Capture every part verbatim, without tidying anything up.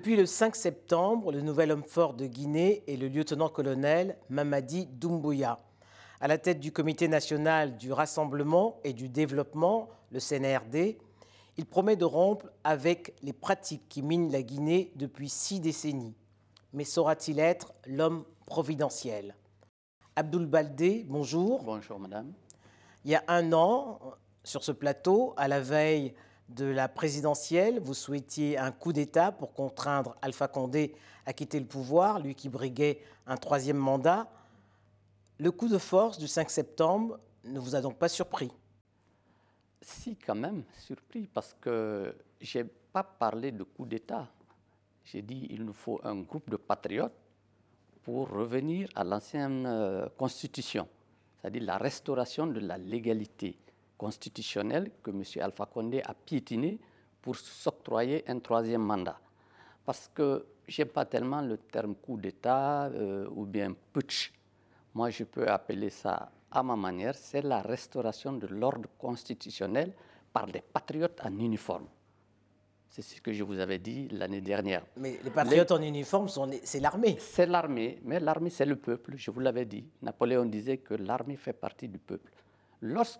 Depuis le cinq septembre, le nouvel homme fort de Guinée est le lieutenant-colonel Mamadi Doumbouya. À la tête du Comité national du rassemblement et du développement, le C N R D, il promet de rompre avec les pratiques qui minent la Guinée depuis six décennies. Mais saura-t-il être l'homme providentiel? Abdoul Baldé, bonjour. Bonjour, madame. Il y a un an, sur ce plateau, à la veille de la présidentielle, vous souhaitiez un coup d'État pour contraindre Alpha Condé à quitter le pouvoir, lui qui briguait un troisième mandat. Le coup de force du cinq septembre ne vous a donc pas surpris? Si, quand même, surpris, parce que je n'ai pas parlé de coup d'État. J'ai dit qu'il nous faut un groupe de patriotes pour revenir à l'ancienne euh, constitution, c'est-à-dire la restauration de la légalité constitutionnelle que M. Alpha Condé a piétinée pour s'octroyer un troisième mandat. Parce que je n'aime pas tellement le terme coup d'État euh, ou bien putsch. Moi, je peux appeler ça à ma manière, c'est la restauration de l'ordre constitutionnel par des patriotes en uniforme. C'est ce que je vous avais dit l'année dernière. Mais les patriotes les... en uniforme, c'est l'armée. C'est l'armée, mais l'armée, c'est le peuple, je vous l'avais dit. Napoléon disait que l'armée fait partie du peuple. Lorsque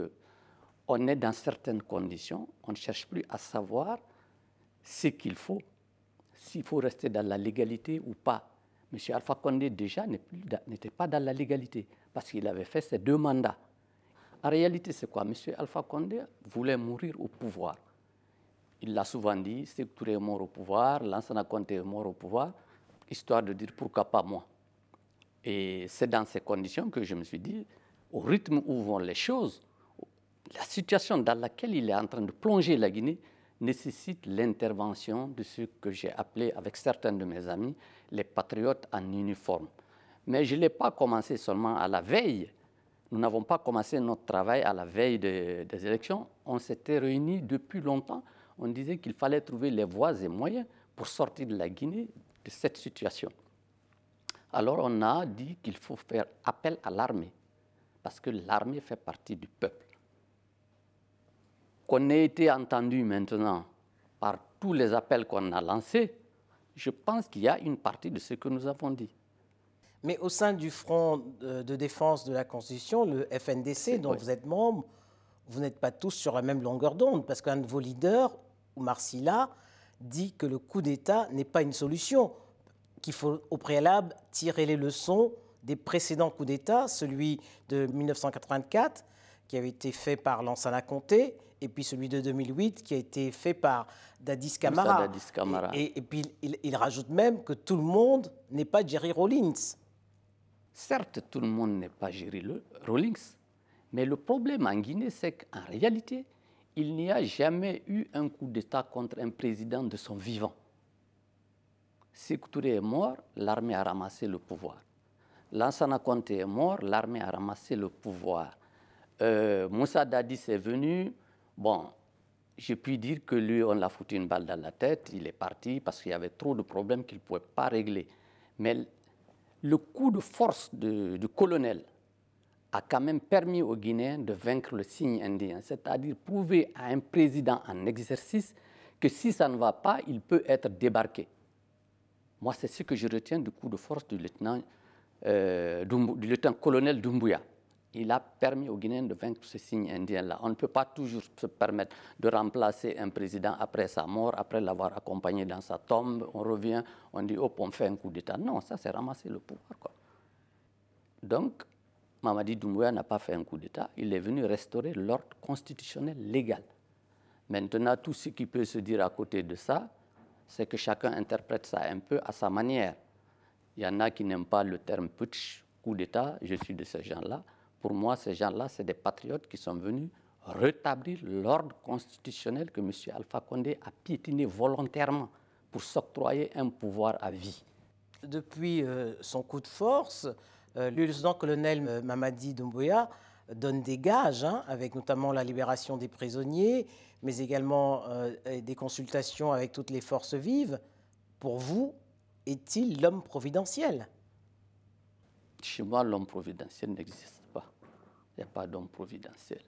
on est dans certaines conditions, on ne cherche plus à savoir ce qu'il faut, s'il faut rester dans la légalité ou pas. M. Alpha Condé, déjà, n'était pas dans la légalité parce qu'il avait fait ses deux mandats. En réalité, c'est quoi? M. Alpha Condé voulait mourir au pouvoir. Il l'a souvent dit, Sékou Touré est mort au pouvoir, Lansana Conté est mort au pouvoir, histoire de dire pourquoi pas moi. Et c'est dans ces conditions que je me suis dit, au rythme où vont les choses, la situation dans laquelle il est en train de plonger la Guinée nécessite l'intervention de ce que j'ai appelé, avec certains de mes amis, les patriotes en uniforme. Mais je ne l'ai pas commencé seulement à la veille. Nous n'avons pas commencé notre travail à la veille de, des élections. On s'était réunis depuis longtemps. On disait qu'il fallait trouver les voies et moyens pour sortir de la Guinée de cette situation. Alors on a dit qu'il faut faire appel à l'armée, parce que l'armée fait partie du peuple. Qu'on ait été entendu maintenant par tous les appels qu'on a lancés, je pense qu'il y a une partie de ce que nous avons dit. Mais au sein du Front de défense de la Constitution, le F N D C, dont oui. vous êtes membre, vous n'êtes pas tous sur la même longueur d'onde, parce qu'un de vos leaders, Oumar Silla, dit que le coup d'État n'est pas une solution, qu'il faut au préalable tirer les leçons des précédents coups d'État, celui de mille neuf cent quatre-vingt-quatre, qui avait été fait par Lansana Conté, et puis celui de deux mille huit, qui a été fait par Dadis Camara. Dadis Camara. Et, et, et puis il, il rajoute même que tout le monde n'est pas Jerry Rawlings. Certes, tout le monde n'est pas Jerry Rawlings, mais le problème en Guinée, c'est qu'en réalité, il n'y a jamais eu un coup d'État contre un président de son vivant. Sékou Touré est mort, l'armée a ramassé le pouvoir. Lansana Conté est mort, l'armée a ramassé le pouvoir. Euh, Moussa Dadis est venu, bon, je puis dire que lui, on l'a foutu une balle dans la tête, il est parti parce qu'il y avait trop de problèmes qu'il ne pouvait pas régler. Mais le coup de force de, du colonel a quand même permis aux Guinéens de vaincre le cygne indien, c'est-à-dire prouver à un président en exercice que si ça ne va pas, il peut être débarqué. Moi, c'est ce que je retiens du coup de force du lieutenant, euh, du lieutenant-colonel Doumbouya. Il a permis aux Guinéens de vaincre ce cygne indien-là. On ne peut pas toujours se permettre de remplacer un président après sa mort, après l'avoir accompagné dans sa tombe. On revient, on dit, hop, on fait un coup d'État. Non, ça, c'est ramasser le pouvoir, quoi. Donc, Mamadi Doumbouya n'a pas fait un coup d'État. Il est venu restaurer l'ordre constitutionnel légal. Maintenant, tout ce qui peut se dire à côté de ça, c'est que chacun interprète ça un peu à sa manière. Il y en a qui n'aiment pas le terme putsch, coup d'État. Je suis de ces gens-là. Pour moi, ces gens-là, c'est des patriotes qui sont venus rétablir l'ordre constitutionnel que M. Alpha Condé a piétiné volontairement pour s'octroyer un pouvoir à vie. Depuis euh, son coup de force, euh, le lieutenant-colonel Mamadi Doumbouya donne des gages, hein, avec notamment la libération des prisonniers, mais également euh, des consultations avec toutes les forces vives. Pour vous, est-il l'homme providentiel? Chez moi, l'homme providentiel n'existe pas. Il n'y a pas d'homme providentiel.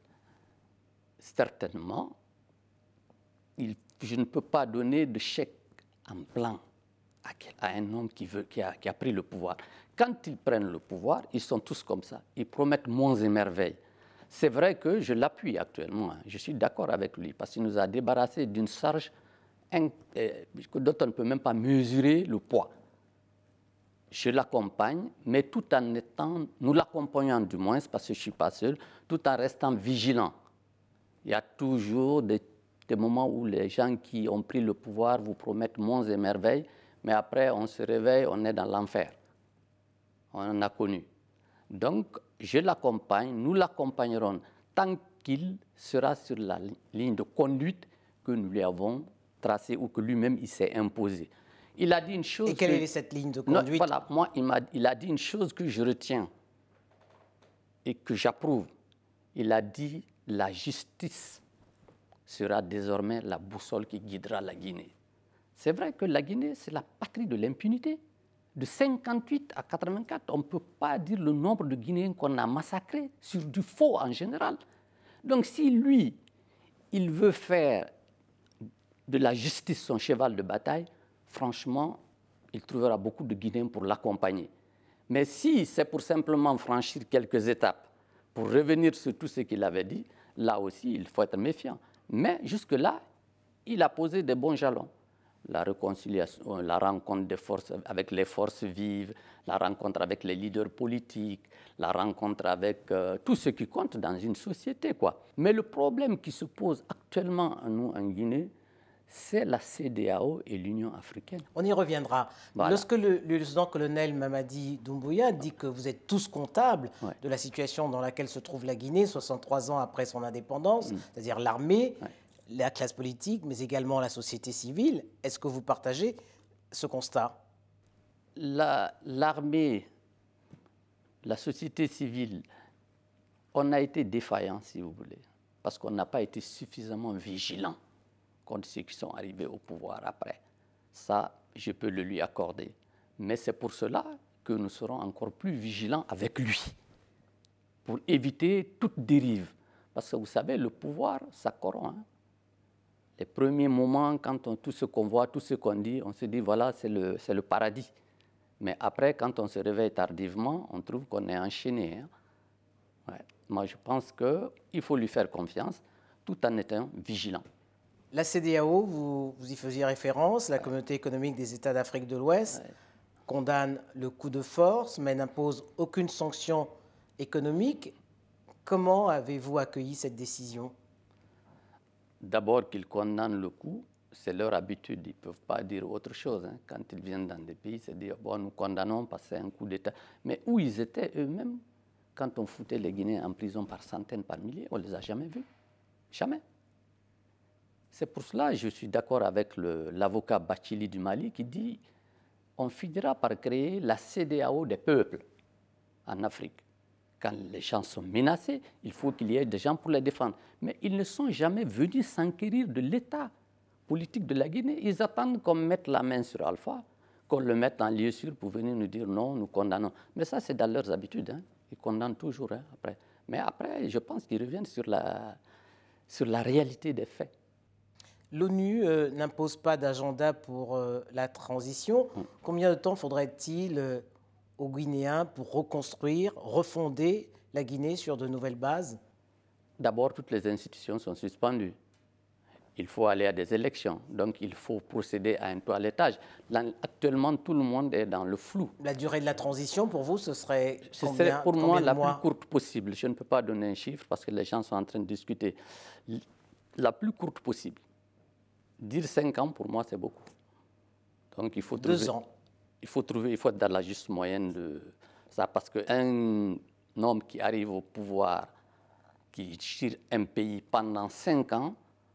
Certainement, il, je ne peux pas donner de chèque en blanc à, à un homme qui, veut, qui, a, qui a pris le pouvoir. Quand ils prennent le pouvoir, ils sont tous comme ça. Ils promettent monts et merveilles. C'est vrai que je l'appuie actuellement. Hein. Je suis d'accord avec lui parce qu'il nous a débarrassés d'une charge in, euh, dont on ne peut même pas mesurer le poids. Je l'accompagne, mais tout en étant, nous l'accompagnons du moins, parce que je ne suis pas seul, tout en restant vigilant. Il y a toujours des, des moments où les gens qui ont pris le pouvoir vous promettent monts et merveilles, mais après on se réveille, on est dans l'enfer. On en a connu. Donc, je l'accompagne, nous l'accompagnerons tant qu'il sera sur la ligne de conduite que nous lui avons tracée ou que lui-même il s'est imposée. Il a dit une chose. Et quelle que, est cette ligne de conduite? non, voilà, moi, il, m'a, il a dit une chose que je retiens et que j'approuve. Il a dit la justice sera désormais la boussole qui guidera la Guinée. C'est vrai que la Guinée, c'est la patrie de l'impunité. De cinquante-huit à quatre-vingt-quatre, on ne peut pas dire le nombre de Guinéens qu'on a massacrés sur du faux en général. Donc si lui, il veut faire de la justice son cheval de bataille, franchement, il trouvera beaucoup de Guinéens pour l'accompagner. Mais si c'est pour simplement franchir quelques étapes, pour revenir sur tout ce qu'il avait dit, là aussi, il faut être méfiant. Mais jusque-là, il a posé des bons jalons. La réconciliation, la rencontre des forces avec les forces vives, la rencontre avec les leaders politiques, la rencontre avec euh, tout ce qui compte dans une société, quoi. Mais le problème qui se pose actuellement à nous en Guinée, c'est la C D A O et l'Union africaine. On y reviendra. Voilà. Lorsque le, le lieutenant-colonel Mamadi Doumbouya dit que vous êtes tous comptables ouais. de la situation dans laquelle se trouve la Guinée, soixante-trois ans après son indépendance, mmh. c'est-à-dire l'armée, ouais. la classe politique, mais également la société civile, est-ce que vous partagez ce constat? la, L'armée, la société civile, on a été défaillants, si vous voulez, parce qu'on n'a pas été suffisamment vigilants contre ceux qui sont arrivés au pouvoir après. Ça, je peux le lui accorder. Mais c'est pour cela que nous serons encore plus vigilants avec lui, pour éviter toute dérive. Parce que vous savez, le pouvoir, ça corrompt. Hein. Les premiers moments, quand on, tout ce qu'on voit, tout ce qu'on dit, on se dit, voilà, c'est le, c'est le paradis. Mais après, quand on se réveille tardivement, on trouve qu'on est enchaîné. Hein. Ouais. Moi, je pense qu'il faut lui faire confiance, tout en étant vigilant. La C D A O, vous, vous y faisiez référence, la ouais. Communauté économique des États d'Afrique de l'Ouest ouais. condamne le coup de force, mais n'impose aucune sanction économique. Comment avez-vous accueilli cette décision? D'abord qu'ils condamnent le coup, c'est leur habitude, ils ne peuvent pas dire autre chose. Hein. Quand ils viennent dans des pays, c'est dire, bon, nous condamnons parce que c'est un coup d'État. Mais où ils étaient eux-mêmes, quand on foutait les Guinéens en prison par centaines, par milliers, on ne les a jamais vus. Jamais. C'est pour cela que je suis d'accord avec le, l'avocat Bachili du Mali qui dit on finira par créer la C D A O des peuples en Afrique. Quand les gens sont menacés, il faut qu'il y ait des gens pour les défendre. Mais ils ne sont jamais venus s'enquérir de l'état politique de la Guinée. Ils attendent qu'on mette la main sur Alpha, qu'on le mette en lieu sûr pour venir nous dire non, nous condamnons. Mais ça, c'est dans leurs habitudes. Hein. Ils condamnent toujours hein, après. Mais après, je pense qu'ils reviennent sur la, sur la réalité des faits. L'ONU euh, n'impose pas d'agenda pour euh, la transition. Hum. Combien de temps faudrait-il euh, aux Guinéens pour reconstruire, refonder la Guinée sur de nouvelles bases? D'abord, toutes les institutions sont suspendues. Il faut aller à des élections, donc il faut procéder à un toilettage. Là, actuellement, tout le monde est dans le flou. La durée de la transition, pour vous, ce serait Ce combien, serait pour moi la mois? plus courte possible. Je ne peux pas donner un chiffre parce que les gens sont en train de discuter. La plus courte possible. Dire cinq ans, pour moi, c'est beaucoup. Donc, il faut trouver, Deux ans. Il faut trouver, il faut être dans la juste moyenne de ça, parce qu'un homme qui arrive au pouvoir, qui gère un pays pendant cinq ans,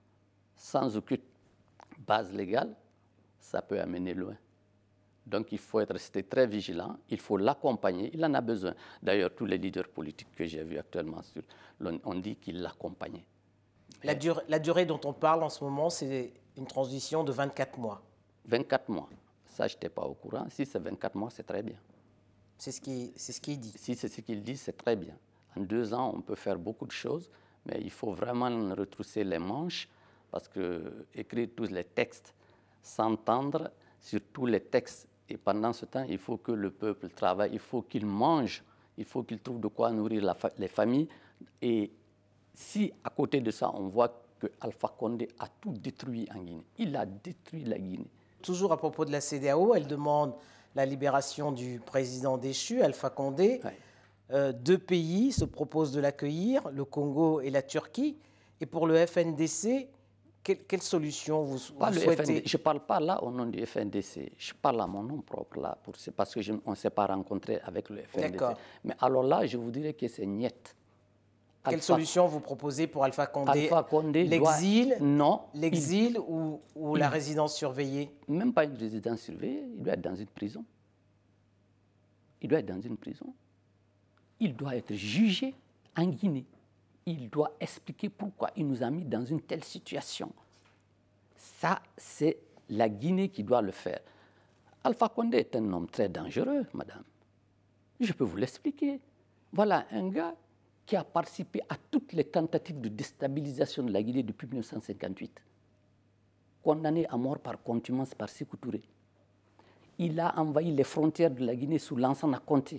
sans aucune base légale, ça peut amener loin. Donc, il faut être resté très vigilant, il faut l'accompagner, il en a besoin. D'ailleurs, tous les leaders politiques que j'ai vus actuellement, sur, on dit qu'ils l'accompagnaient. La, dur- la durée dont on parle en ce moment, c'est une transition de vingt-quatre mois. vingt-quatre mois. Ça, je n'étais pas au courant. Si c'est vingt-quatre mois, c'est très bien. C'est ce qui, c'est ce qu'il dit. Si c'est ce qu'il dit, c'est très bien. En deux ans, on peut faire beaucoup de choses, mais il faut vraiment retrousser les manches parce que écrire tous les textes, s'entendre, sur tous les textes. Et pendant ce temps, il faut que le peuple travaille, il faut qu'il mange, il faut qu'il trouve de quoi nourrir la fa- les familles. Et si, à côté de ça, on voit que Alpha Condé a tout détruit en Guinée, il a détruit la Guinée. Toujours à propos de la CEDEAO, elle demande la libération du président déchu, Alpha Condé. Ouais. Euh, deux pays se proposent de l'accueillir, le Congo et la Turquie. Et pour le F N D C, quelle, quelle solution vous, Pas vous le souhaitez? F N D C. Je ne parle pas là au nom du F N D C, je parle à mon nom propre là, pour, c'est parce qu'on ne s'est pas rencontré avec le F N D C. D'accord. Mais alors là, je vous dirais que c'est niet. Quelle Alpha- solution vous proposez pour Alpha Condé? Alpha Condé L'exil, doit... Non. l'exil ou, ou la il- résidence surveillée? il- Même pas une résidence surveillée, il doit être dans une prison. Il doit être dans une prison. Il doit être jugé en Guinée. Il doit expliquer pourquoi il nous a mis dans une telle situation. Ça, c'est la Guinée qui doit le faire. Alpha Condé est un homme très dangereux, madame. Je peux vous l'expliquer. Voilà un gars qui a participé à toutes les tentatives de déstabilisation de la Guinée depuis mille neuf cent cinquante-huit. Condamné à mort par contumace par Sékou Touré. Il a envahi les frontières de la Guinée sous Lansana Conté.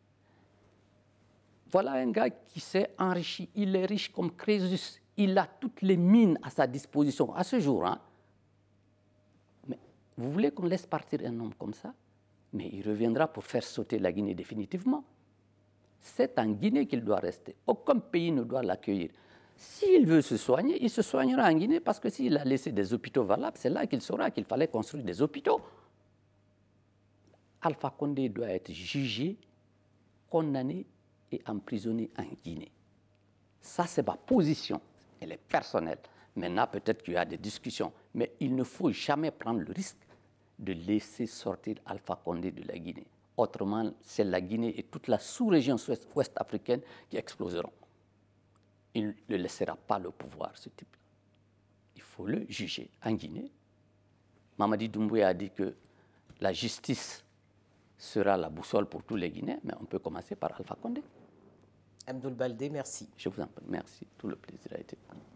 Voilà un gars qui s'est enrichi. Il est riche comme Crésus. Il a toutes les mines à sa disposition à ce jour. Hein. Mais vous voulez qu'on laisse partir un homme comme ça? Mais il reviendra pour faire sauter la Guinée définitivement. C'est en Guinée qu'il doit rester. Aucun pays ne doit l'accueillir. S'il veut se soigner, il se soignera en Guinée parce que s'il a laissé des hôpitaux valables, c'est là qu'il saura qu'il fallait construire des hôpitaux. Alpha Condé doit être jugé, condamné et emprisonné en Guinée. Ça, c'est ma position. Elle est personnelle. Maintenant, peut-être qu'il y a des discussions, mais il ne faut jamais prendre le risque de laisser sortir Alpha Condé de la Guinée. Autrement, c'est la Guinée et toute la sous-région ouest africaine qui exploseront. Il ne laissera pas le pouvoir, ce type-là. Il faut le juger en Guinée. Mamadi Doumbouya a dit que la justice sera la boussole pour tous les Guinéens, mais on peut commencer par Alpha Condé. Abdoul Baldé, merci. Je vous en prie, merci. Tout le plaisir a été pour nous.